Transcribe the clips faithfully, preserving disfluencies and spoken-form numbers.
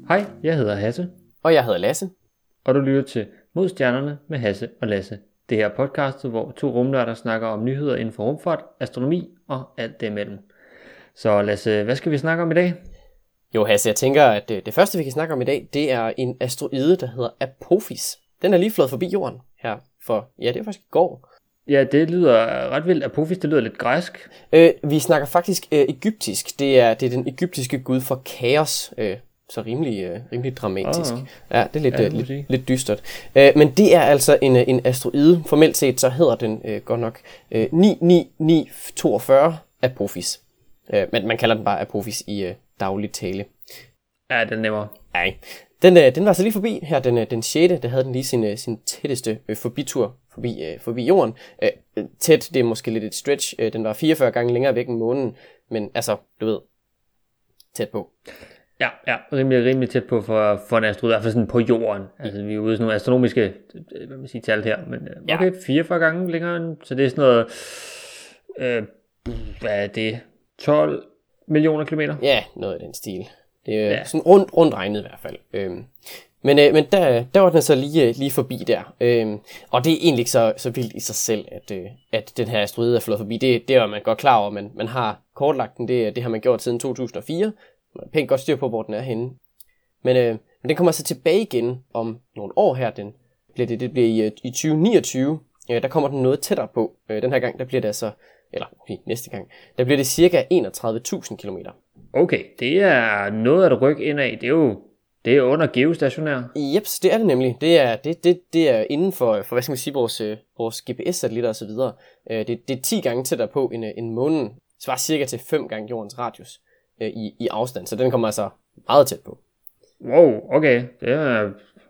Hej, jeg hedder Hasse. Og jeg hedder Lasse. Og du lytter til Mod Stjernerne med Hasse og Lasse. Det her podcast, hvor to rumnørder snakker om nyheder inden for rumfart, astronomi og alt det imellem. Så Lasse, hvad skal vi snakke om i dag? Jo Hasse, jeg tænker, at det, det første vi kan snakke om i dag, det er en asteroide, der hedder Apophis. Den er lige flået forbi jorden her for, ja det er faktisk i går. Ja, det lyder ret vildt. Apophis, det lyder lidt græsk. Øh, vi snakker faktisk øh, egyptisk. Det er, det er den egyptiske gud for kaos. Øh, så rimelig, øh, rimelig dramatisk. Oh. Ja, det er lidt, ja, øh, lidt, lidt dystert. Øh, men det er altså en, en asteroide. Formelt set så hedder den øh, godt nok øh, ni ni ni toogfyrre Apophis. Øh, men man kalder den bare Apophis i øh, daglig tale. Ja, den er nemmere. Nej. Den, øh, den var så lige forbi her den, øh, den sjette. Der havde den lige sin, øh, sin tætteste øh, forbitur forbi, øh, forbi jorden. Øh, tæt, det er måske lidt et stretch. Øh, den var fireogfyrre gange længere væk end månen. Men altså, du ved, tæt på. Ja, ja, rimelig, rimelig tæt på for, for en asteroide, i hvert fald sådan på jorden. Altså, vi er ude i sådan nogle astronomiske, hvad man siger, tal her, men okay, ja. fireogfyrre gange længere end, så det er sådan noget, øh, hvad er det, tolv millioner kilometer? Ja, noget af den stil. Det er ja. sådan rundt, rundt regnet i hvert fald. Øhm, men øh, men der, der var den så lige, lige forbi der. Øhm, og det er egentlig ikke så, så vildt i sig selv, at, øh, at den her asteroide er flået forbi. Det, det er man godt klar over, men man har kortlagt den, det, det har man gjort siden to tusind og fire. Man har pænt godt styr på, hvor den er henne. Men, øh, men den kommer så tilbage igen om nogle år her. Den bliver det, det bliver i, i tyve niogtyve. Øh, der kommer den noget tættere på. Øh, den her gang, der bliver det altså, eller okay, næste gang, der bliver det cirka enogtredive tusind kilometer. Okay, det er noget at rykke ind af. Det er jo det er under geostationær. Jeps, det er det nemlig. Det er, det, det, det er inden for, for hvad skal man sige, vores, vores G P S-satellitter og så videre. Øh, det, det er ti gange tættere på end, end månen. Svarer cirka til fem gange jordens radius øh, i, i afstand. Så den kommer altså meget tæt på. Wow, okay. Det er...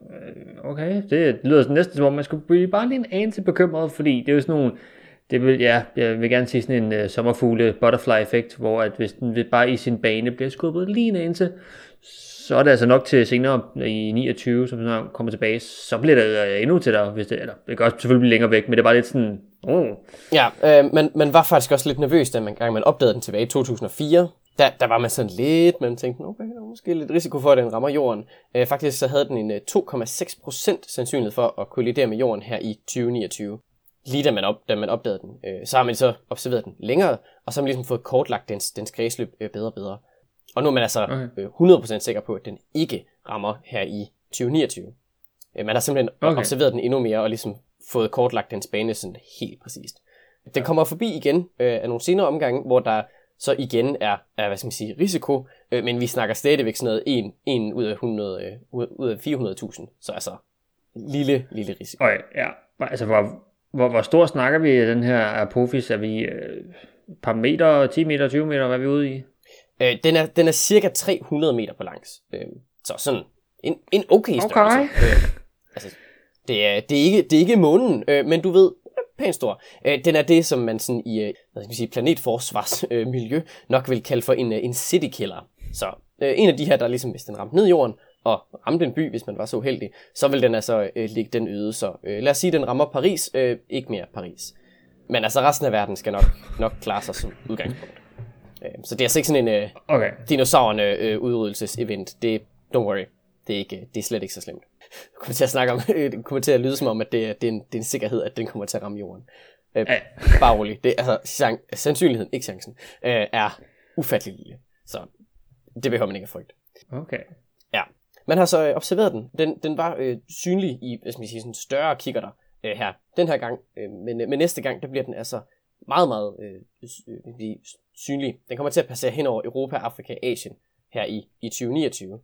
Okay, det lyder næsten som om, man skulle blive bare lige en anelse bekymret, fordi det er jo sådan nogle... Det vil, ja, jeg vil gerne sige sådan en uh, sommerfugle butterfly-effekt, hvor at hvis den bare i sin bane bliver skubbet lige en anelse, så er det altså nok til senere i niogtyve, som så kommer tilbage, så bliver det uh, endnu tættere, hvis det, eller det kan også selvfølgelig blive længere væk, men det er bare lidt sådan, oh. Ja, øh, men man var faktisk også lidt nervøs, da man, gang man opdagede den tilbage i to tusind og fire. Der, der var man sådan lidt, man tænkte, okay, der er måske lidt risiko for, at den rammer jorden. Øh, faktisk så havde den en to komma seks procent sandsynlighed for at kollidere med jorden her i tyve niogtyve. Lige da man, op, da man opdagede den, øh, så har man så observeret den længere, og så har man ligesom fået kortlagt dens, dens kredsløb øh, bedre og bedre. Og nu er man altså okay. øh, hundrede procent sikker på, at den ikke rammer her i tyve niogtyve. Øh, man har simpelthen okay. observeret den endnu mere, og ligesom fået kortlagt dens bane sådan helt præcist. Den kommer forbi igen øh, af nogle senere omgange, hvor der så igen er, er hvad skal man sige, risiko, øh, men vi snakker stadigvæk sådan noget en ud af, hundrede, øh, ud af fire hundrede tusind, så altså lille, lille risiko. Okay, ja, altså hvor... Hvor, hvor stor snakker vi i den her Apophis? Er vi øh, et par meter, ti meter, tyve meter? Hvad er vi ude i? Øh, den, er, den er cirka tre hundrede meter på langs. Øh, så sådan en, en okay størrelse. Okay. Øh, altså, det, er, det, er ikke, det er ikke månen, øh, men du ved, pænt stor. Øh, den er det, som man sådan i hvad skal man sige, planetforsvarsmiljø øh, nok vil kalde for en, en citykiller. Så øh, en af de her, der ligesom, hvis den ramte ned i jorden, og ramte en by, hvis man var så uheldig, så vil den altså øh, ligge den øde. Så øh, lad os sige, at den rammer Paris, øh, ikke mere Paris. Men altså resten af verden skal nok, nok klare sig som udgangspunkt. Øh, så det er altså ikke sådan en øh, okay. dinosaurerne øh, udryddelsesevent. Det, don't worry, det er, ikke, det er slet ikke så slemt. Jeg kommer til at snakke om, det kommer til at lyde som om, at det er, det er, en, det er en sikkerhed, at den kommer til at ramme jorden. Øh, ja. Bare roligt. Det, altså, chan- sandsynligheden, ikke chancen, øh, er ufattelig lille. Så det behøver man ikke at frygte. Okay. Ja. Man har så øh, observeret den. Den, den var øh, synlig i, hvad skal man sige, sådan større kikkerter øh, her den her gang. Øh, men, øh, men næste gang, der bliver den altså meget, meget øh, øh, synlig. Den kommer til at passere hen over Europa, Afrika, Asien her i, i tyve niogtyve.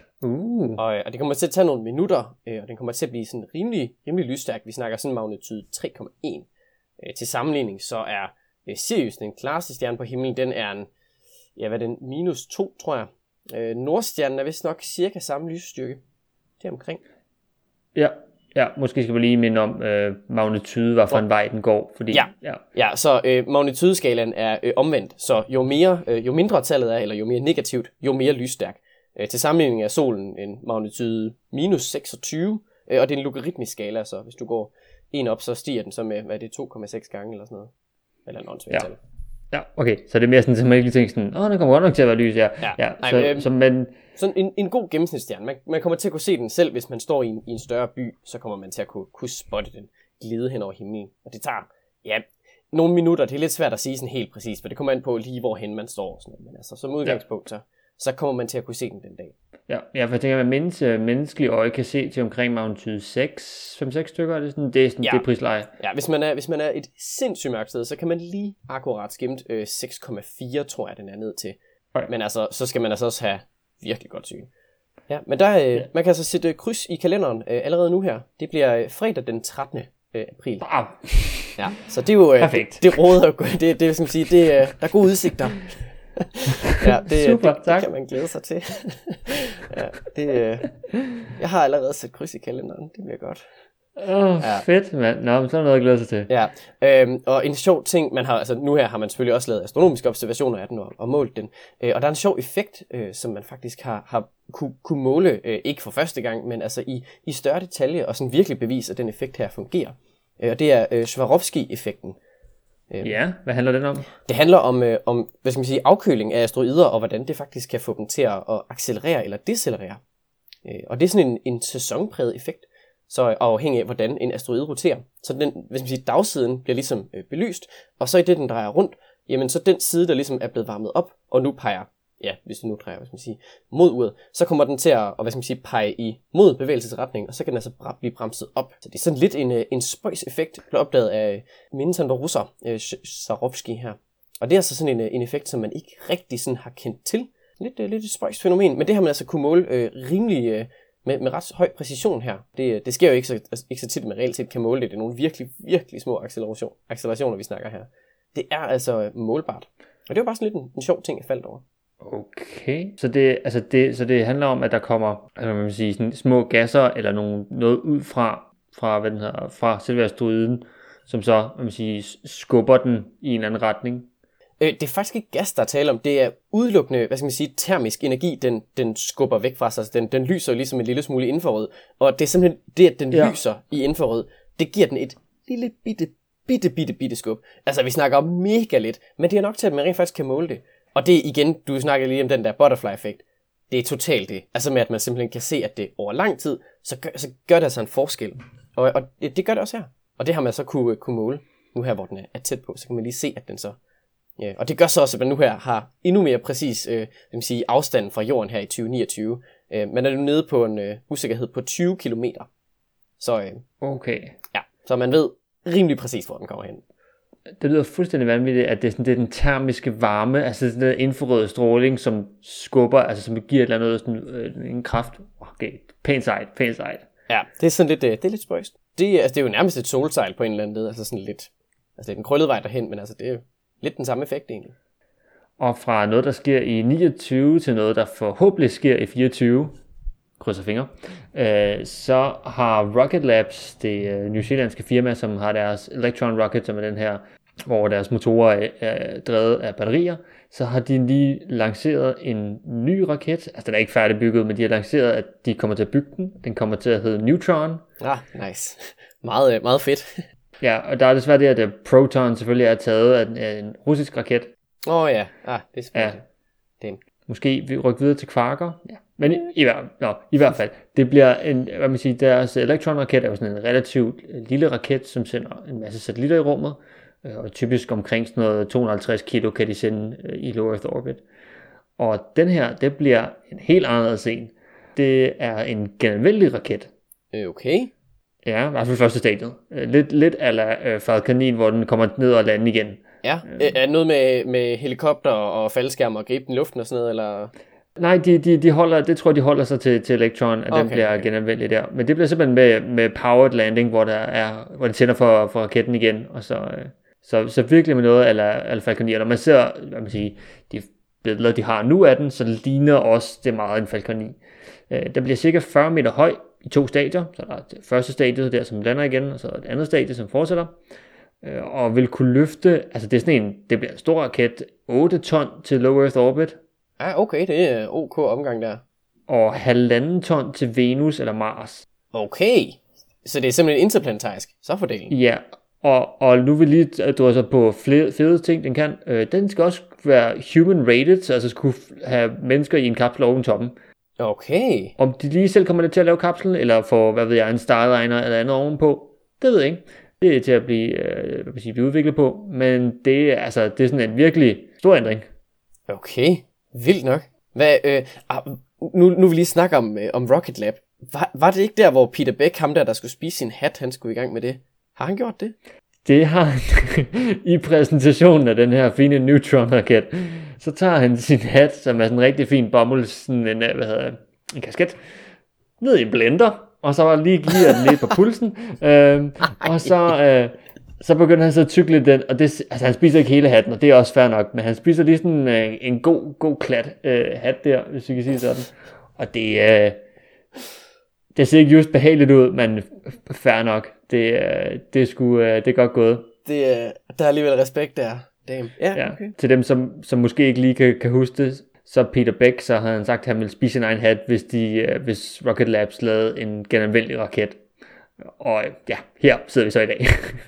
Uh. Og, og det kommer til at tage nogle minutter, øh, og den kommer til at blive sådan rimelig, rimelig lysstærk. Vi snakker sådan magnitude tre komma en. Øh, til sammenligning så er øh, Sirius, den klareste stjerne på himlen, den er en, ja hvad er den, minus to, tror jeg. Øh, Nordstjernen er vist nok cirka samme lysstyrke. Det er omkring. Ja, ja, måske skal vi lige minde om, øh, magnitude var for en vej, den går. Fordi, ja. Ja. ja, så øh, magnitudeskalaen er øh, omvendt. Så jo, mere, øh, jo mindre tallet er, eller jo mere negativt, jo mere lysstærk. Øh, til sammenligning er solen en magnitude minus seksogtyve, øh, og det er en logaritmisk skala, så hvis du går en op, så stiger den så med, hvad er det, to komma seks gange eller sådan noget. Eller en åndssvagt tal. Ja, okay, så det er mere sådan, at man ikke lige tænker sådan, åh, den kommer godt nok til at være lys, ja. ja. ja Nej, så, men, øh, så, men, sådan en, en god gennemsnitsstjerne. Man, man kommer til at kunne se den selv, hvis man står i en, i en større by, så kommer man til at kunne, kunne spotte den glide hen over himlen. Og det tager, ja, nogle minutter. Det er lidt svært at sige sådan helt præcis, for det kommer an på lige, hvorhen man står. Og sådan noget. Men altså, som udgangspunkt, så, så kommer man til at kunne se den den dag. Ja, ja, for jeg tænker, at mindst uh, menneskelige øje kan se til omkring magnitude seks, fem seks stykker. Det er sådan, det er sådan, ja. det prisleje. Ja, hvis man, er, hvis man er et sindssygt mørkt sted, så kan man lige akkurat skimme øh, seks komma fire, tror jeg, den er ned til. Okay. Men altså, så skal man altså også have virkelig godt syn. Ja, men der, øh, ja. man kan altså sætte kryds i kalenderen øh, allerede nu her. Det bliver øh, fredag den trettende april. Wow. Ja, så det er jo... Øh, perfekt. Det, det råder jo... Det, det, skal man sige, det, øh, der er gode udsigter. Ja, det, super, det, tak. Det kan man glæde sig til. Ja, det, øh, jeg har allerede sat kryds i kalenderen. Det bliver godt. Åh, oh, ja. Fedt, mand. Nå, men så er der noget at glæde sig til. Ja, øhm, og en sjov ting, man har, altså nu her har man selvfølgelig også lavet astronomiske observationer af den og, og målt den. Øh, og der er en sjov effekt, øh, som man faktisk har, har kunne, kunne måle, øh, ikke for første gang, men altså i, i større detalje, og sådan virkelig bevise, at den effekt her fungerer. Øh, og det er øh, Swarovski-effekten. Øh, ja, hvad handler den om? Det handler om, øh, om hvad skal man sige, afkøling af asteroider, og hvordan det faktisk kan få dem til at, at accelerere eller decelerere. Øh, og det er sådan en, en sæsonpræget effekt. Så afhængig af, hvordan en asteroide roterer. Så den, hvis man siger, dagsiden bliver ligesom øh, belyst, og så i det, den drejer rundt, jamen så den side, der ligesom er blevet varmet op, og nu peger, ja, hvis den nu drejer, hvad skal man sige, mod uret, så kommer den til at, og, hvad skal man sige, pege i mod bevægelsesretning, og så kan den altså blive bremset op. Så det er sådan lidt en, en spøjs-effekt, der blev opdaget af Mintander russer, øh, Swarovski her. Og det er altså sådan en, en effekt, som man ikke rigtig sådan har kendt til. Lidt, øh, lidt et spøjs-fænomen, men det har man altså kunne måle øh, rimelig... Øh, Med, med ret høj præcision her. Det, det sker jo ikke så, ikke så tit, at man reelt set kan måle det. Det er nogle virkelig, virkelig små acceleration, accelerationer, vi snakker her. Det er altså målbart. Og det var bare sådan lidt en, en sjov ting, jeg faldt over. Okay. Så det, altså det, så det handler om, at der kommer altså man vil sige, sådan små gasser, eller nogle, noget ud fra, fra, hvad den hedder, fra selve asteroiden, som så man vil sige, skubber den i en anden retning. Det er faktisk ikke gas, der er tale om. Det er udelukkende, hvad skal man sige, termisk energi, den, den skubber væk fra sig. Den, den lyser jo ligesom en lille smule infrarød. Og det er simpelthen det, at den ja. lyser i infrarød, det giver den et lille bitte, bitte, bitte, bitte skub. Altså, vi snakker om mega lidt, men det er nok til, at man rent faktisk kan måle det. Og det er igen, du snakkede lige om den der butterfly-effekt. Det er totalt det. Altså med, at man simpelthen kan se, at det over lang tid, så gør, så gør det altså en forskel. Og, og det, det gør det også her. Og det har man så kunne, kunne måle. Nu her, hvor den er tæt på, så kan man lige se, at den så... Ja, og det gør så også, at man nu her har endnu mere præcis øh, vil sige, afstanden fra jorden her i tyve niogtyve. Øh, man er nu nede på en øh, usikkerhed på tyve kilometer. Så, øh, okay. Ja, så man ved rimelig præcis, hvor den kommer hen. Det lyder fuldstændig vanvittigt, at det er, sådan, det er den termiske varme, altså den der infrarøde stråling, som skubber, altså som giver et eller andet sådan, øh, en kraft. Okay, pænt sejt, pænt sejt. Ja, det er sådan lidt, øh, det er lidt spøjst. Det, altså, det er jo nærmest et solsejl på en eller anden led, altså sådan lidt, altså det er den krøllede vej derhen, men altså det er jo lidt den samme effekt egentlig. Og fra noget, der sker i niogtyve, til noget, der forhåbentlig sker i fireogtyve, krydser fingre, øh, så har Rocket Labs, det øh, newzealandske firma, som har deres Electron Rocket, som er den her, hvor deres motorer er, er drevet af batterier, så har de lige lanceret en ny raket. Altså den er ikke færdigbygget, men de har lanceret, at de kommer til at bygge den. Den kommer til at hedde Neutron. Ah, nice. Meget, meget fedt. Ja, og der er desværre det, at Proton selvfølgelig er taget af en, af en russisk raket. Åh oh, ja, ah, det er spændende. Ja. Måske vi rykker videre til kvarker. Ja. Men i, i, no, i hvert fald, det bliver en, hvad man siger, deres Electron-raket er jo sådan en relativt lille raket, som sender en masse satellitter i rummet. Og typisk omkring sådan noget to hundrede og halvtreds kilo kan de sende i low Earth orbit. Og den her, det bliver en helt anden scene. Det er en genanvendelig raket. Okay. Ja, i hvert fald første stadiet. Lidt, lidt a la Falcon nine, hvor den kommer ned og lander igen. Ja, øh. er det noget med, med helikopter og faldskærm og gribe den i luften og sådan noget, eller? Nej, de, de, de holder, det tror jeg, de holder sig til, til Electron, at okay, den bliver okay. genanvendelig der. Men det bliver simpelthen med, med powered landing, hvor, der er, hvor de tænder for, for raketten igen. Og så, så, så virkelig med noget a la Falcon nine. Og når man ser, hvad man siger, de billeder, de har nu af den, så ligner også det meget en Falcon nine. Den bliver cirka fyrre meter høj i to stadier. Så der er det første stadie der, som lander igen, og så er det andet stadie, som fortsætter. Og vil kunne løfte, altså det er sådan en, det bliver en stor raket, otte ton til low Earth orbit. Ja, okay, det er ok omgang der. Og halvanden ton til Venus eller Mars. Okay, så det er simpelthen interplanetarisk, så fordelen. Ja, og, og nu vil lige drøse på flere fede ting, den kan. Øh, den skal også være human rated, altså skulle have mennesker i en kapsel oven toppen. Okay. Om de lige selv kommer til at lave kapslen, eller får, hvad ved jeg, en Starliner eller andet ovenpå, det ved jeg ikke. Det er til at blive, øh, hvad sige, blive udviklet på, men det er, altså, det er sådan en virkelig stor ændring. Okay, vildt nok. Hvad, øh, nu, nu vil vi lige snakke om, øh, om Rocket Lab. Var, var det ikke der, hvor Peter Beck, ham der, der skulle spise sin hat, han skulle i gang med det? Har han gjort det? Det har han i præsentationen af den her fine Neutron-raket. Så tager han sin hat, som er sådan en rigtig fin bomuld, sådan en, hvad hedder en kasket, ned i en blender, og så var lige giver den lidt på pulsen, øh, og så, øh, så begynder han så at tykle den, og det, altså han spiser ikke hele hatten, og det er også fair nok, men han spiser lige sådan øh, en god, god klat øh, hat der, hvis vi kan sige sådan, og det, øh, det ser ikke just behageligt ud, men fair nok, det, øh, det, er sgu, øh, det er godt gået. Det, øh, der er alligevel respekt der. Damn. Ja, okay. Ja, til dem, som, som måske ikke lige kan, kan huske det, så Peter Beck, så havde han sagt, at han ville spise sin egen hat, hvis, de, uh, hvis Rocket Labs lavede en genanvendelig raket. Og ja, her sidder vi så i dag.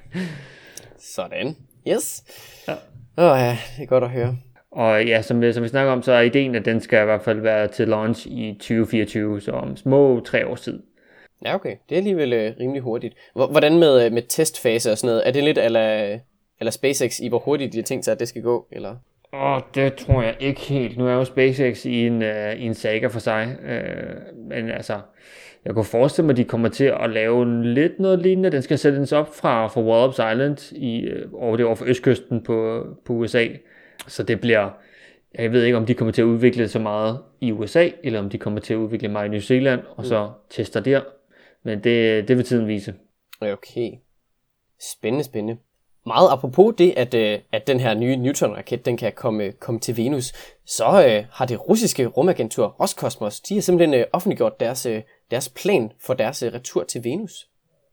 Sådan. Yes. Ja. Åh oh, ja, det er godt at høre. Og ja, som, som vi snakker om, så er ideen, at den skal i hvert fald være til launch i tyve fireogtyve, så om små tre års tid. Ja, okay. Det er alligevel øh, rimelig hurtigt. Hvordan med, med testfase og sådan noget? Er det lidt ala, ala SpaceX i, hvor hurtigt de har tænkt sig, at det skal gå? Eller? Åh, det tror jeg ikke helt. Nu er jo SpaceX i en, uh, i en saga for sig. Uh, men altså, jeg kunne forestille mig, at de kommer til at lave lidt noget lignende. Den skal sættes op fra, fra Wallops Island i, uh, over det over for østkysten på, på U S A. Så det bliver, jeg ved ikke, om de kommer til at udvikle det så meget i U S A, eller om de kommer til at udvikle meget i New Zealand, og så tester der. Men det, det vil tiden vise. Okay. Spændende, spændende. Meget apropos det, at, øh, at den her nye Neutron-raket, den kan komme, komme til Venus, så øh, har det russiske rumagentur Roskosmos, de har simpelthen øh, offentliggjort deres, øh, deres plan for deres øh, retur til Venus.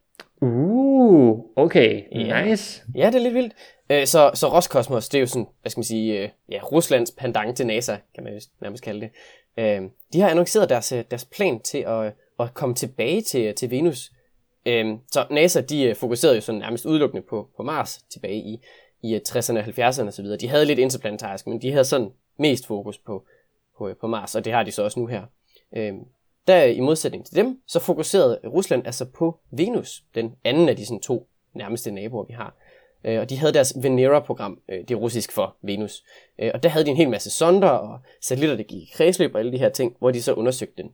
Uh, okay, ja. Nice. Ja, det er lidt vildt. Øh, så, så Roskosmos, det er jo sådan, hvad skal man sige, øh, ja, Ruslands pendant til NASA, kan man nærmest kalde det. Øh, de har annonceret deres, deres plan til at, at komme tilbage til, til Venus. Øhm, så NASA, de fokuserede jo sådan nærmest udelukkende på, på Mars tilbage i, i tresserne og halvfjerdserne og så videre. De havde lidt interplanetarisk, men de havde sådan mest fokus på, på, på Mars, og det har de så også nu her. Øhm, der i modsætning til dem, så fokuserede Rusland altså på Venus, den anden af de sådan to nærmeste naboer, vi har. Øh, og de havde deres Venera-program, øh, det er russisk for Venus. Øh, og der havde de en hel masse sonder og satellitter, der gik i kredsløb og alle de her ting, hvor de så undersøgte den.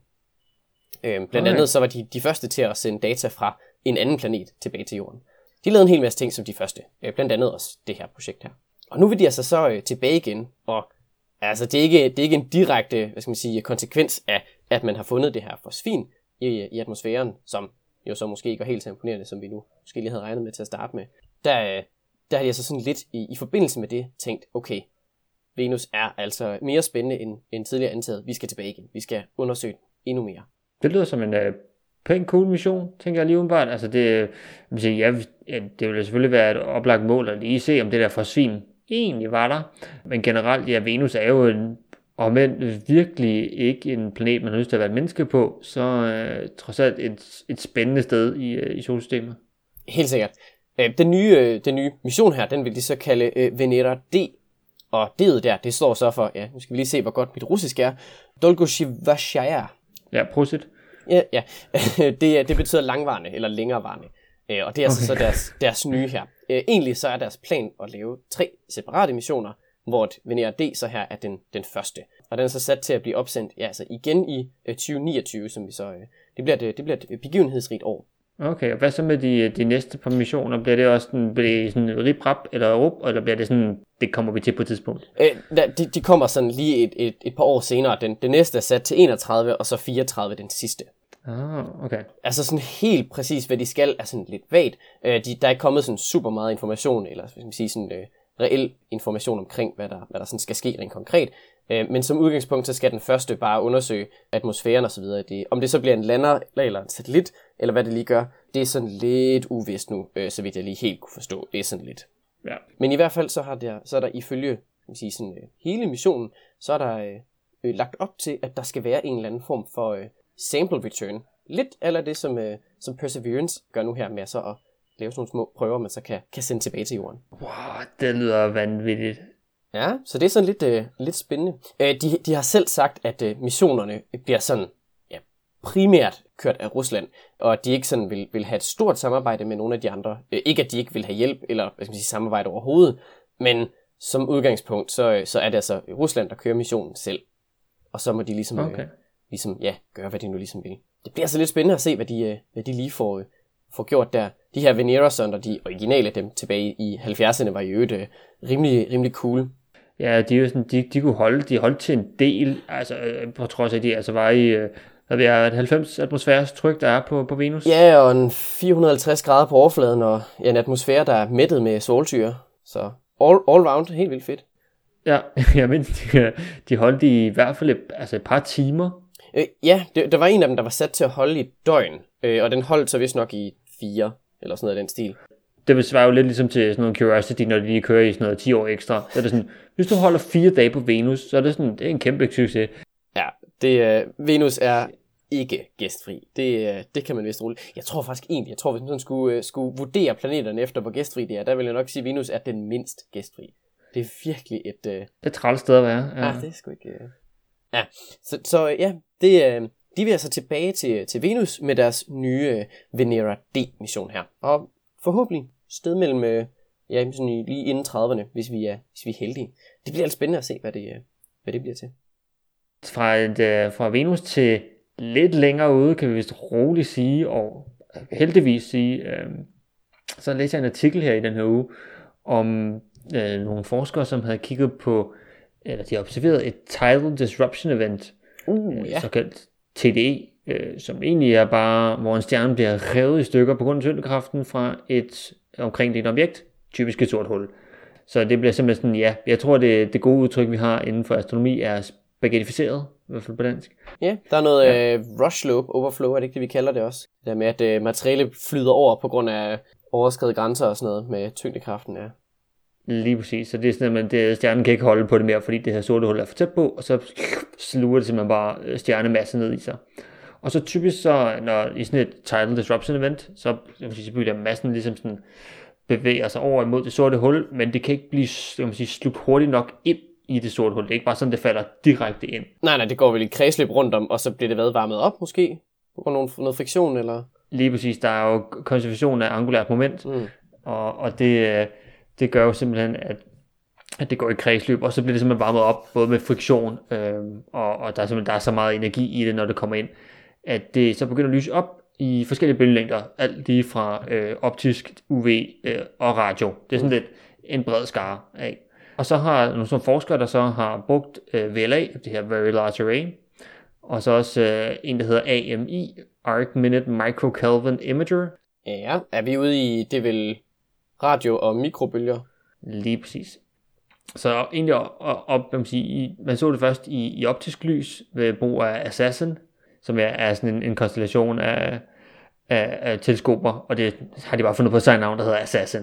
Øhm, blandt okay. andet så var de de første til at sende data fra en anden planet tilbage til Jorden. De lavede en hel masse ting som de første, øh, blandt andet også det her projekt her. Og nu vil de altså så øh, tilbage igen, og altså det er ikke det er ikke en direkte, hvad skal man sige, konsekvens af at man har fundet det her fosfin i, i atmosfæren, som jo så måske ikke er helt så imponerende, som vi nu måske lige havde regnet med til at starte med. Der øh, der har de altså sådan lidt i, i forbindelse med det tænkt, okay, Venus er altså mere spændende end, end tidligere antaget. Vi skal tilbage igen. Vi skal undersøge den endnu mere. Det lyder som en uh, pæn cool mission, tænker jeg lige umiddelbart. Altså det, sige, ja, det vil selvfølgelig være et oplagt mål at lige se, om det der fosfin egentlig var der. Men generelt, ja, Venus er jo en, og men virkelig ikke en planet, man har lyst til at være et menneske på, så uh, trods alt et, et spændende sted i, uh, i solsystemet. Helt sikkert. Den nye, den nye mission her, den vil de så kalde uh, Venera D. Og D'et der, det står så for, ja, nu skal vi lige se, hvor godt mit russisk er. Dolgoshivashaya. Ja, prosit. Ja, ja. det, det betyder langvarende, eller længerevarende. Og det er altså okay. så deres, deres nye her. Egentlig så er deres plan at lave tre separate missioner, hvor Venera D så her er den, den første. Og den er så sat til at blive opsendt, ja, altså igen i tyve niogtyve, som vi så, det bliver, det, det bliver et begivenhedsrigt år. Okay, og hvad så med de, de næste par missioner? Bliver det også sådan, bliver det sådan rip-rap eller rup, eller bliver det sådan, det kommer vi til på et tidspunkt? Øh, de, de kommer sådan lige et, et, et par år senere. Den, den næste er sat til enogtredive, og så fireogtredive den sidste. Ah, okay. Altså sådan helt præcis, hvad de skal, er sådan lidt vagt. Øh, de, der er ikke kommet sådan super meget information, eller hvad skal man sige, sådan øh, reel information omkring, hvad der, hvad der sådan skal ske rent konkret. Øh, men som udgangspunkt, så skal den første bare undersøge atmosfæren og så videre. Det, om det så bliver en lander, eller en satellit, eller hvad det lige gør, det er sådan lidt uvist nu, øh, så vidt jeg lige helt kunne forstå. Det er sådan lidt. Ja. Men i hvert fald, så, har der, så er der ifølge kan man sige, sådan, øh, hele missionen, så er der øh, øh, lagt op til, at der skal være en eller anden form for øh, sample return. Lidt eller det, som, øh, som Perseverance gør nu her med så at lave sådan nogle små prøver, man så kan, kan sende tilbage til jorden. Wow, det lyder vanvittigt. Ja, så det er sådan lidt, øh, lidt spændende. Øh, de, de har selv sagt, at øh, missionerne bliver sådan ja, primært kørt af Rusland, og at de ikke sådan vil, vil have et stort samarbejde med nogle af de andre. Øh, ikke at de ikke vil have hjælp, eller hvad skal man sige, samarbejde overhovedet, men som udgangspunkt, så, så er det altså Rusland, der kører missionen selv. Og så må de ligesom, okay. øh, ligesom ja, gøre, hvad de nu ligesom vil. Det bliver altså lidt spændende at se, hvad de, øh, hvad de lige får, øh, får gjort der. De her Venera-sonder, de originale dem tilbage i halvfjerdserne, var i øvrigt øh, rimelig, rimelig cool. Ja, de, er jo sådan, de, de kunne holde, de holdt til en del, altså på trods af, at de altså var i, øh, der er et halvfems atmosfæres tryk, der er på, på Venus. Ja, og en fire hundrede og halvtreds grader på overfladen, og ja, en atmosfære, der er mættet med solsyre. Så all, all round, helt vildt fedt. Ja, jeg mener, de, de holdt i, i hvert fald et, altså et par timer. Øh, ja, det, der var en af dem, der var sat til at holde i et døgn, øh, og den holdt så vist nok i fire, eller sådan noget af den stil. Det svarer jo lidt ligesom til sådan noget Curiosity, når de lige kører i sådan noget ti år ekstra. Så er det sådan, hvis du holder fire dage på Venus, så er det sådan, det er en kæmpe succes. Ja, det, uh, Venus er ikke gæstfri. Det, uh, det kan man vist roligt. Jeg tror faktisk egentlig, jeg tror, hvis man skulle, uh, skulle vurdere planeterne efter, hvor gæstfri det er, der vil jeg nok sige, at Venus er den mindst gæstfri. Det er virkelig et... Uh... Det er et træls sted at være. Ja, ah, det er sgu ikke... Uh... Ja, så, så ja, det, uh, de vil altså tilbage til, til Venus med deres nye uh, Venera D-mission her. Og forhåbentlig sted mellem, øh, ja, sådan lige inden trediverne, hvis vi er, hvis vi er heldige. Det bliver altså spændende at se, hvad det, hvad det bliver til. Fra, et, øh, fra Venus til lidt længere ude, kan vi vist roligt sige, og heldigvis sige, øh, så læste jeg en artikel her i den her uge, om øh, nogle forskere, som havde kigget på, eller de har observeret et tidal disruption event, uh, ja. såkaldt T D E, øh, som egentlig er bare, hvor en stjerne bliver revet i stykker på grund af tyngdekraften fra et omkringliggende objekt, typisk et sort hul. Så det bliver simpelthen sådan, ja, jeg tror, det, det gode udtryk, vi har inden for astronomi, er spaghettificeret, i hvert fald på dansk. Ja, der er noget ja. uh, rush slope overflow, er det ikke det, vi kalder det også? Det der med, at uh, materiale flyder over på grund af overskredet grænser og sådan noget med tyngdekraften, ja. Lige præcis, så det er sådan, at det, stjernen kan ikke holde på det mere, fordi det her sorte hul er for tæt på, og så sluger det simpelthen bare stjernemasse ned i sig. Og så typisk så, når i sådan et tidal disruption event, så, så bliver massen ligesom sådan bevæger sig over imod det sorte hul, men det kan ikke blive kan man sige, slugt hurtigt nok ind i det sorte hul. Det er ikke bare sådan, det falder direkte ind. Nej, nej, det går vel i kredsløb rundt om, og så bliver det hvad varmet op måske? På grund af noget friktion, eller? Lige præcis, der er jo konservation af angulært moment, mm. og, og det, det gør jo simpelthen, at at det går i kredsløb, og så bliver det simpelthen varmet op, både med friktion, øh, og, og der er simpelthen der er så meget energi i det, når det kommer ind, at det så begynder at lyse op i forskellige bølgelængder, alt lige fra øh, optisk, U V øh, og radio. Det er sådan lidt en bred skare af. Og så har nogle sådan forskere, der så har brugt øh, V L A, det her Very Large Array, og så også øh, en, der hedder A M I, Arc Minute Microkelvin Imager. Ja, er vi ude i, det vel radio- og mikrobølger? Lige præcis. Så egentlig op, op, man, sige, man så det først i, i optisk lys ved brug af Assassin, som er, er sådan en, en konstellation af, af, af teleskoper, og det har de bare fundet på sig en navn, der hedder Assassin.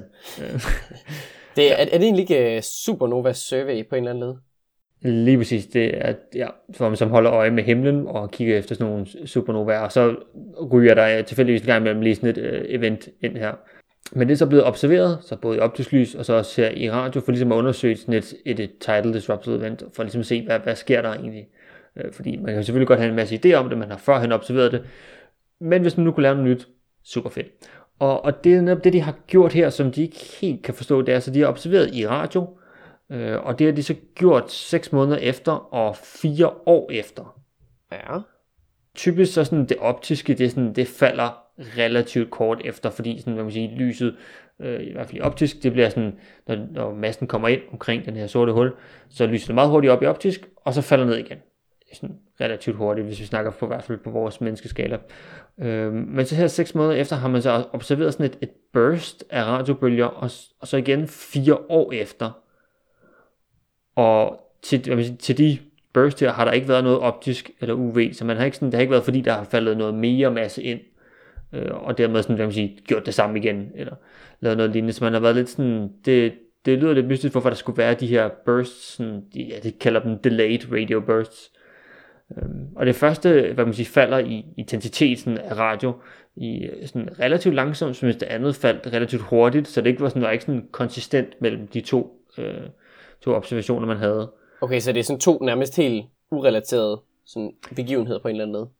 det, er, er det egentlig ikke Supernova Survey på en eller anden led? Lige præcis, det er, ja, for man som holder øje med himlen og kigger efter sådan nogle supernovaer, og så ryger der tilfældigvis en gang imellem lige sådan et uh, event ind her. Men det er så blevet observeret, så både i optisk lys og så også her i radio, for ligesom at undersøge sådan et, et, et tidal disrupted event, for ligesom at se, hvad, hvad sker der egentlig. Øh, fordi man kan selvfølgelig godt have en masse idéer om det, man har førhen observeret det, men hvis man nu kunne lære noget nyt, super fedt. Og, og det er netop det, de har gjort her, som de ikke helt kan forstå, det er, så de har observeret i radio, øh, og det har de så gjort seks måneder efter og fire år efter. Ja. Typisk så sådan det optiske, det, sådan, det falder relativt kort efter, fordi sådan, hvad man sige, lyset, øh, i hvert fald optisk, det bliver sådan, når, når massen kommer ind omkring den her sorte hul, så lyser det meget hurtigt op i optisk, og så falder ned igen. Sådan relativt hurtigt, hvis vi snakker på, i hvert fald på vores menneskeskala. Øh, men så her seks måneder efter har man så observeret sådan et, et burst af radiobølger, og, og så igen fire år efter. Og til, hvad man siger, til de burst her har der ikke været noget optisk eller U V, så man har ikke sådan, det har ikke været fordi, der har faldet noget mere masse ind, øh, og dermed sådan, hvad man siger, gjort det samme igen, eller lavet noget lignende, så man har været lidt sådan, det, det lyder lidt mystisk, hvorfor der skulle være de her bursts, sådan, de, ja, de kalder dem delayed radio bursts, øhm, og det første, hvad man siger, falder i intensiteten af radio, i sådan relativt langsomt, som hvis det andet faldt relativt hurtigt, så det ikke var sådan, der var ikke sådan konsistent mellem de to, øh, to observationer, man havde. Okay, så det er sådan to nærmest helt urelaterede sådan begivenheder på en eller anden måde?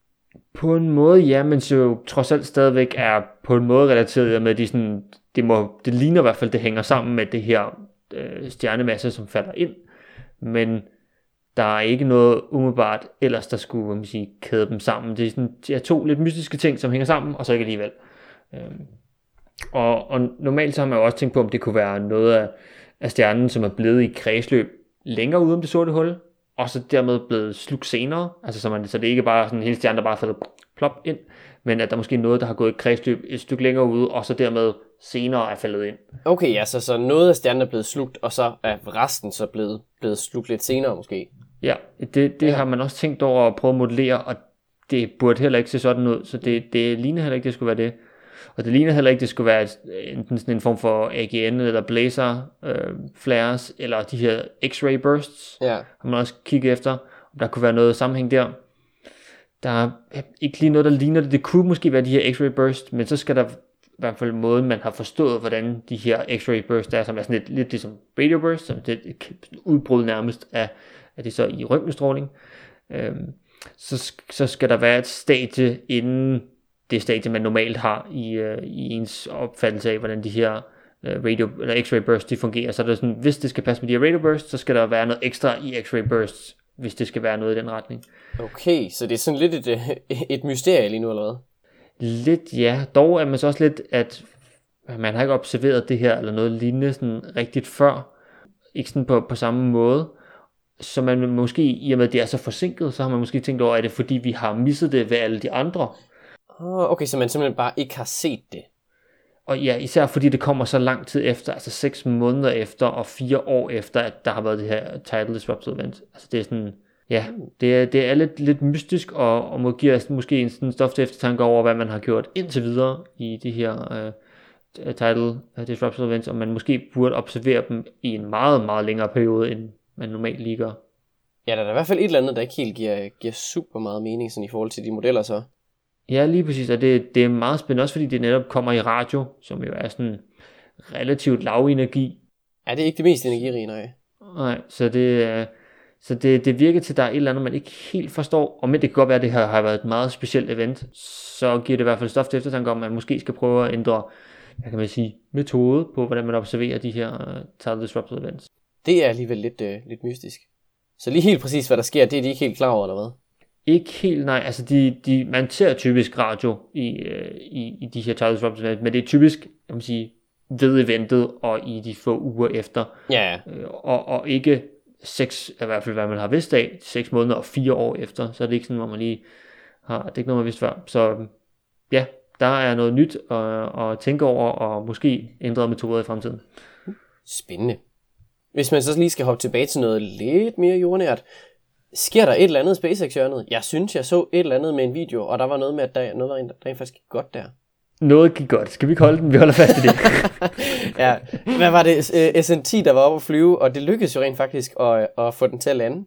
På en måde, ja, men så jo trods alt stadigvæk er på en måde relateret med, at de sådan, det, må, det ligner i hvert fald, det hænger sammen med det her øh, stjernemasse, som falder ind. Men der er ikke noget umiddelbart ellers, der skulle hvad man sige, kæde dem sammen. Det er, sådan, det er to lidt mystiske ting, som hænger sammen, og så ikke alligevel. Øhm, og, og normalt så har man jo også tænkt på, om det kunne være noget af, af stjernen, som er blevet i kredsløb længere ude om det sorte hul, og så dermed blevet slugt senere. Altså så, man, så det er ikke bare sådan en hel stjerne, der bare falder plop ind, men at der måske er noget, der har gået i kredsløb et stykke længere ude, og så dermed senere er faldet ind. Okay, altså så noget af stjernen er blevet slugt, og så er resten så blevet, blevet slugt lidt senere måske? Ja, det, det ja. har man også tænkt over at prøve at modellere, og det burde heller ikke se sådan ud, så det, det ligner heller ikke, det skulle være det. Og det ligner heller ikke, det skulle være enten sådan en form for A G N eller blazer øh, flares, eller de her X-ray bursts, ja. har man også kigget efter, om der kunne være noget sammenhæng der. Der er ikke lige noget, der ligner det. Det kunne måske være de her X-ray bursts, men så skal der i hvert fald måden, man har forstået, hvordan de her X-ray bursts er, som er sådan lidt, lidt ligesom radio bursts, som det er et udbrud nærmest af, af det så i røntgenstråling. Øhm, så, så skal der være et stadie inden det stadie, man normalt har i, øh, i ens opfattelse af, hvordan de her øh, radio, eller X-ray bursts de fungerer. Så er der sådan, hvis det skal passe med de her radio bursts, så skal der være noget ekstra i X-ray bursts, hvis det skal være noget i den retning. Okay, så det er sådan lidt et, et mysterie lige nu, eller hvad? Lidt, ja. Dog er man så også lidt, at man har ikke observeret det her, eller noget lignende sådan rigtigt før. Ikke sådan på, på samme måde. Så man måske, i og med at det er så forsinket, så har man måske tænkt over, at det er fordi, vi har misset det ved alle de andre. Okay, så man simpelthen bare ikke har set det. Og ja, især fordi det kommer så lang tid efter, altså seks måneder efter og fire år efter, at der har været det her Tidal Disrupted Event. Altså det er sådan, ja, det er, det er lidt, lidt mystisk, og, og må give os måske en sådan stof til eftertanke over, hvad man har gjort indtil videre i de her uh, Tidal Disrupted Events, og man måske burde observere dem i en meget, meget længere periode, end man normalt lige gør. Ja, der er i hvert fald et eller andet, der ikke helt giver, giver super meget mening sådan i forhold til de modeller så. Ja, lige præcis, og det, det er meget spændende, også fordi det netop kommer i radio, som jo er sådan relativt lav energi. Ja, det er ikke det mest energirige, nej. Nej, så det, så det, det virker til, at der er et eller andet, man ikke helt forstår, og men det kan godt være, at det her har været et meget specielt event, så giver det i hvert fald stof til eftertanke om, at man måske skal prøve at ændre, hvad kan man sige, metode på, hvordan man observerer de her uh, Tidal Disrupted Events. Det er alligevel lidt, øh, lidt mystisk. Så lige helt præcis, hvad der sker, det er de ikke helt klar over, eller hvad? Ikke helt, nej. Altså, de, de, man ser typisk radio i, øh, i, i de her Tidal Disrupted Events, men det er typisk, kan man sige, ved eventet og i de få uger efter. Ja. Øh, og, og ikke seks, i hvert fald hvad man har vidst af, seks måneder og fire år efter, så er det ikke sådan, hvor man lige har, det er ikke noget, man vidste før. Så ja, der er noget nyt at, at tænke over, og måske ændre metoder i fremtiden. Spændende. Hvis man så lige skal hoppe tilbage til noget lidt mere jordnært, sker der et eller andet SpaceX-hjørnet? Jeg synes, jeg så et eller andet med en video, og der var noget med, at der, noget var rent, rent faktisk gik godt der. Noget gik godt. Skal vi ikke holde den? Vi holder fast i det. Ja. Hvad var det? S N ti, der var oppe at flyve, og det lykkedes jo rent faktisk at, at få den til at lande.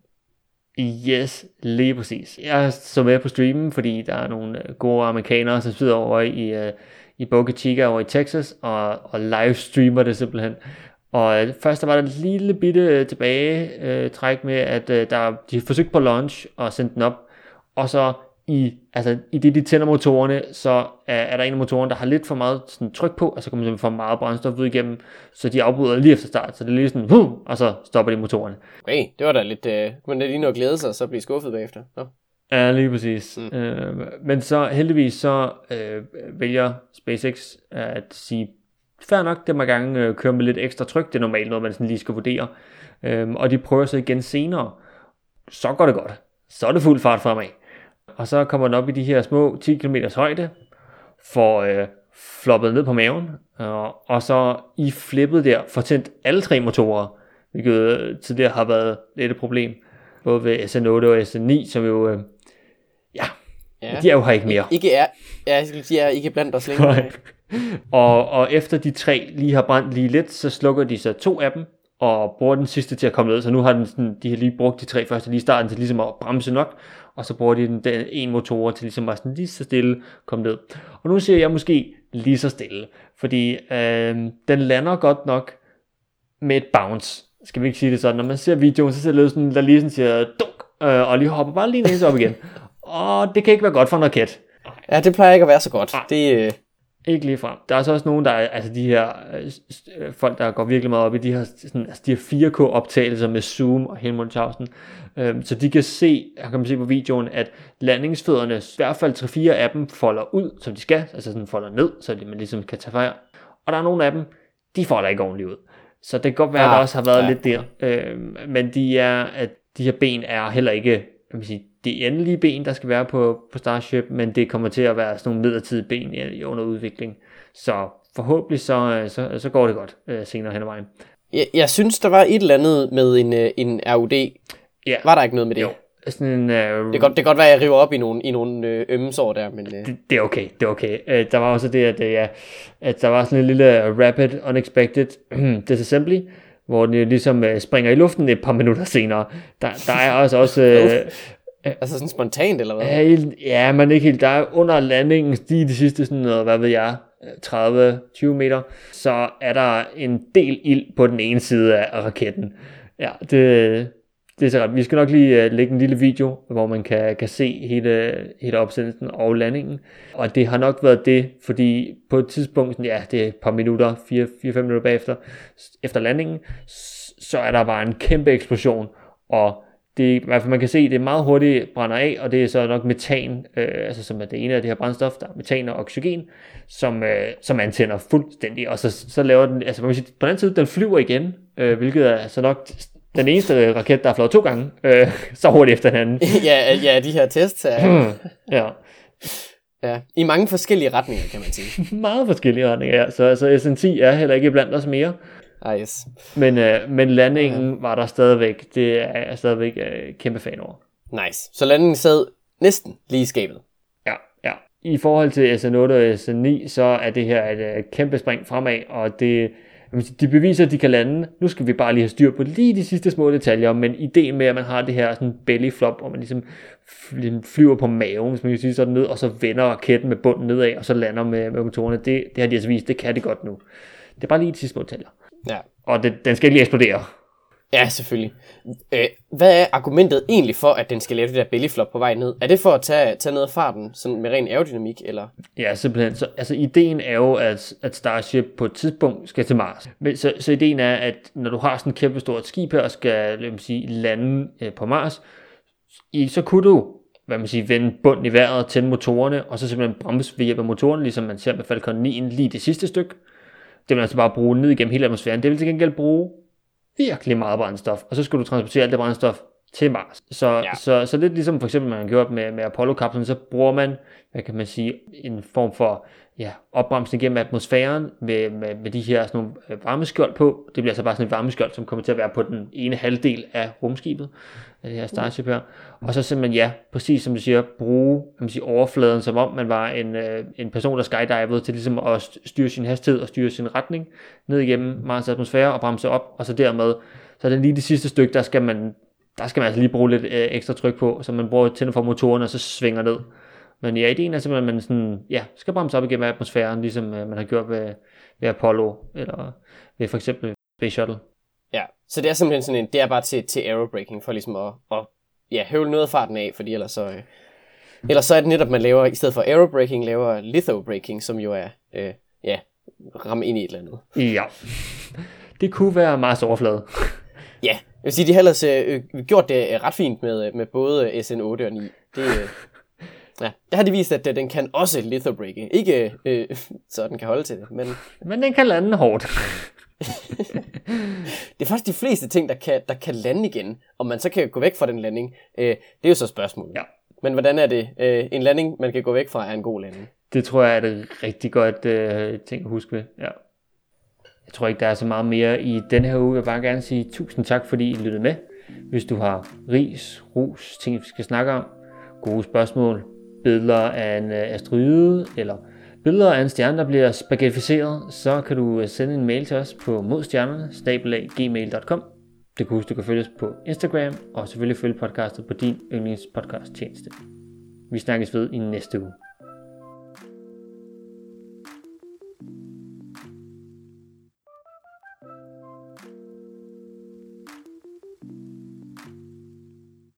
Yes, lige præcis. Jeg så med på streamen, fordi der er nogle gode amerikanere, som sidder over i, uh, i Boca Chica over i Texas, og, og livestreamer det simpelthen. Og først der var der et lille bitte tilbage øh, træk med, at øh, der, de forsøgte på launch og sendte den op, og så i, altså, i det de tænder motorerne, så er, er der en af motorerne, der har lidt for meget sådan, tryk på, og så kommer man for meget brændstof ud igennem, så de afbryder lige efter start, så det er lige sådan, huh, og så stopper de motorerne. Okay, det var da lidt, øh, men det er lige noget at glæde sig, og så blive skuffet bagefter. Nå. Ja, lige præcis. Mm. Øh, men så heldigvis så øh, vælger SpaceX at sige, fair nok, det må gerne øh, køre med lidt ekstra tryk, det er normalt noget, man sådan lige skal vurdere. Øhm, og de prøver så igen senere. Så går det godt. Så er det fuld fart fremad. Og så kommer den op i de her små ti kilometer højde, får øh, floppet ned på maven, øh, og så i flippet der får tændt alle tre motorer, hvilket øh, tidligere har været lidt et problem. Både ved S N otte og S N ni, som jo, øh, ja, ja, de er jo her ikke mere. Ikke er, ja, de er ikke blandt os længere. og, og efter de tre lige har brændt lige lidt, så slukker de så to af dem, og bruger den sidste til at komme ned. Så nu har den sådan, de har lige brugt de tre første lige i starten til ligesom at bremse nok, og så bruger de den, den en motor til ligesom at sådan lige så stille komme ned. Og nu siger jeg måske lige så stille, fordi øh, den lander godt nok med et bounce. skal vi ikke sige det sådan, når man ser videoen, så ser det ud sådan, der lige sådan siger, dunk, øh, og lige hopper bare lige næse op igen. Og det kan ikke være godt for en raket. Ja, det plejer ikke at være så godt. Det, øh... Ikke lige frem. Der er så også nogen, der er, altså de her øh, folk, der går virkelig meget op i de her, sådan, altså de her fire K optagelser med Zoom og hele Munchausen. Øh, så de kan se, her kan man se på videoen, at landingsfødderne, i hvert fald tre fire af dem, folder ud, som de skal, altså sådan folder ned, så man ligesom kan tage fejl. Og der er nogle af dem, de folder ikke ordentligt ud. Så det kan godt være, at der også har været ja. lidt der. Øh, men de er, at de her ben er heller ikke, kan man sige, de endelige ben, der skal være på, på Starship, men det kommer til at være sådan nogle midlertidige ben i, under udvikling. Så forhåbentlig så, så, så går det godt øh, senere hen ad vejen. Jeg, jeg synes, der var et eller andet med en, en R U D. Ja. Var der ikke noget med det? Jo. Sådan en, uh, det, kan godt, det kan godt være, at jeg river op i nogle, i nogle øh, ømme sår der, men... Øh. Det, det er okay, det er okay. Uh, der var også det, at, uh, ja, at der var sådan en lille rapid, unexpected disassembly, hvor den ligesom uh, springer i luften et par minutter senere. Der, der er også... også uh, altså sådan spontant, eller hvad? Ja, men ikke helt. Der er under landingen, de, de sidste sådan noget, hvad ved jeg, tredive til tyve meter, så er der en del ild på den ene side af raketten. Ja, det, det er så ret. Vi skal nok lige uh, lægge en lille video, hvor man kan, kan se hele, hele opsendelsen og landingen. Og det har nok været det, fordi på et tidspunkt, ja, det er et par minutter, fire til fem minutter bagefter, efter landingen, så er der bare en kæmpe eksplosion, og det, i hvert fald man kan se, det er meget hurtigt brænder af, og det er så nok metan, øh, altså som er det ene af de her brændstof, der er metan og oxygen, som, øh, som antænder fuldstændig, og så, så laver den, altså man kan sige, på den anden side, den flyver igen, øh, hvilket er så nok den eneste raket, der er flået to gange, øh, så hurtigt efter hinanden. ja, ja, de her tests er... ja. Ja, i mange forskellige retninger, kan man sige. Meget forskellige retninger, ja, så altså, S N ti er heller ikke blandt os mere. Ah, yes. Men, øh, men landingen var der stadigvæk. Det er jeg stadigvæk øh, kæmpe fan over. Nice. Så landingen sad næsten lige i skabet. Ja, ja. I forhold til S N otte og S N ni, så er det her et øh, kæmpe spring fremad, og det, de beviser, at de kan lande. Nu skal vi bare lige have styr på lige de sidste små detaljer, men ideen med, at man har det her sådan belly flop, hvor man ligesom flyver på maven, hvis man kan sige sådan ned, og så vender raketten med bunden nedad, og så lander med, med motorerne. Det, det har de altså vist, det kan det godt nu. Det er bare lige de sidste små detaljer. Ja. Og det, den skal ikke lige eksplodere. Ja, selvfølgelig. Øh, hvad er argumentet egentlig for, at den skal lave det der bellyflop på vej ned? Er det for at tage, tage noget af farten sådan med ren aerodynamik, eller? Ja, simpelthen. Så, altså, ideen er jo, at, at Starship på et tidspunkt skal til Mars. Men, så, så ideen er, at når du har sådan et kæmpe stort skib her, og skal lad mig sige, lande øh, på Mars, i, så kunne du hvad man siger, vende bunden i vejret, tænde motorerne, og så simpelthen bremse ved hjælp af motorerne, ligesom man ser med Falcon ni lige det sidste stykke. Det vil altså bare bruge ned igennem hele atmosfæren. Det vil til gengæld bruge virkelig meget brændstof, og så skulle du transportere alt det brændstof til Mars. Så, ja. så, så lidt ligesom for eksempel man har gjort med, med Apollo-kapslen, så bruger man, hvad kan man sige, en form for ja, opbremsning gennem atmosfæren med, med, med de her sådan nogle varmeskjold på. Det bliver så bare sådan et varmeskjold, som kommer til at være på den ene halvdel af rumskibet, af det her Starship her. Og så simpelthen, ja, præcis som du siger, bruge kan man sige, overfladen, som om man var en, øh, en person, der skydivede til ligesom at styre sin hastighed og styre sin retning ned igennem Mars atmosfære og bremse op, og så dermed, så er det lige det sidste stykke, der skal man, der skal man altså lige bruge lidt øh, ekstra tryk på, så man bruger tænder for motoren og så svinger ned. Men ja, ideen er simpelthen, at man sådan, ja, skal bremse op igennem atmosfæren, ligesom øh, man har gjort ved, ved Apollo, eller ved for eksempel Space Shuttle. Ja, så det er simpelthen sådan en, det er bare til, til aerobraking, for ligesom at, at ja, høvle noget af farten af, fordi ellers så, øh, ellers så er det netop, man laver, i stedet for aerobraking, laver lithobraking, som jo er, øh, ja, ramme ind i et eller andet. Ja, det kunne være Mars overflade. Ja, jeg vil sige, de har ellers øh, gjort det ret fint med, med både S N otte og ni. Det, øh, ja, der har de vist, at den kan også lithobrake. Ikke øh, så den kan holde til det, men... Men den kan lande hårdt. Det er faktisk de fleste ting, der kan, der kan lande igen, og man så kan gå væk fra den landing. Øh, det er jo så spørgsmålet. Ja. Men hvordan er det? Øh, en landing, man kan gå væk fra, er en god landing. Det tror jeg er et rigtig godt øh, ting at huske ved. Ja. Jeg tror ikke, der er så meget mere i denne her uge. Jeg vil bare gerne sige tusind tak, fordi I lyttede med. Hvis du har ris, ros, ting, vi skal snakke om, gode spørgsmål, billeder af en asteroide, eller billeder af en stjerne, der bliver spaghettificeret, så kan du sende en mail til os på modstjernerne bindestreg gmail punktum com. Det kan huske, du kan følge os på Instagram, og selvfølgelig følge podcastet på din yndlingspodcast tjeneste. Vi snakkes ved i næste uge.